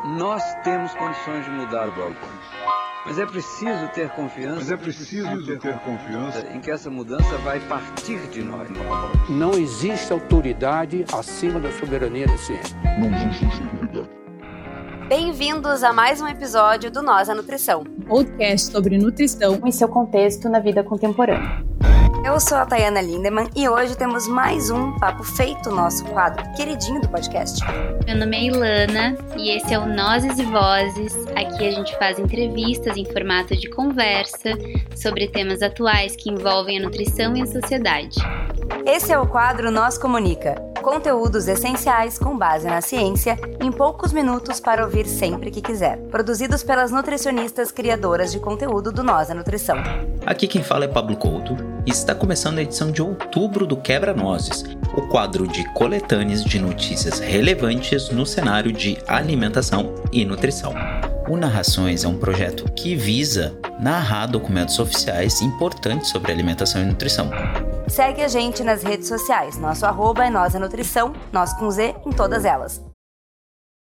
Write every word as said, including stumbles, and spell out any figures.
Nós temos condições de mudar o Brasil. Mas é preciso ter confiança. Mas é preciso ter, ter confiança em que essa mudança vai partir de nós. Não existe autoridade acima da soberania da ciência. Não existe autoridade. Bem-vindos a mais um episódio do Nós a Nutrição, podcast sobre nutrição e seu contexto na vida contemporânea. Eu sou a Tayana Lindemann e hoje temos mais um Papo Feito, nosso quadro queridinho do podcast. Meu nome é Ilana e esse é o Nozes e Vozes. Aqui a gente faz entrevistas em formato de conversa sobre temas atuais que envolvem a nutrição e a sociedade. Esse é o quadro Nós Comunica, conteúdos essenciais com base na ciência, em poucos minutos para ouvir sempre que quiser. Produzidos pelas nutricionistas criadoras de conteúdo do Nós a Nutrição. Aqui quem fala é Pablo Couto e está começando a edição de outubro do Quebra-Nozes, o quadro de coletâneas de notícias relevantes no cenário de alimentação e nutrição. O Narrações é um projeto que visa narrar documentos oficiais importantes sobre alimentação e nutrição. Segue a gente nas redes sociais, nosso arroba é Nós a Nutrição, nós com Z em todas elas.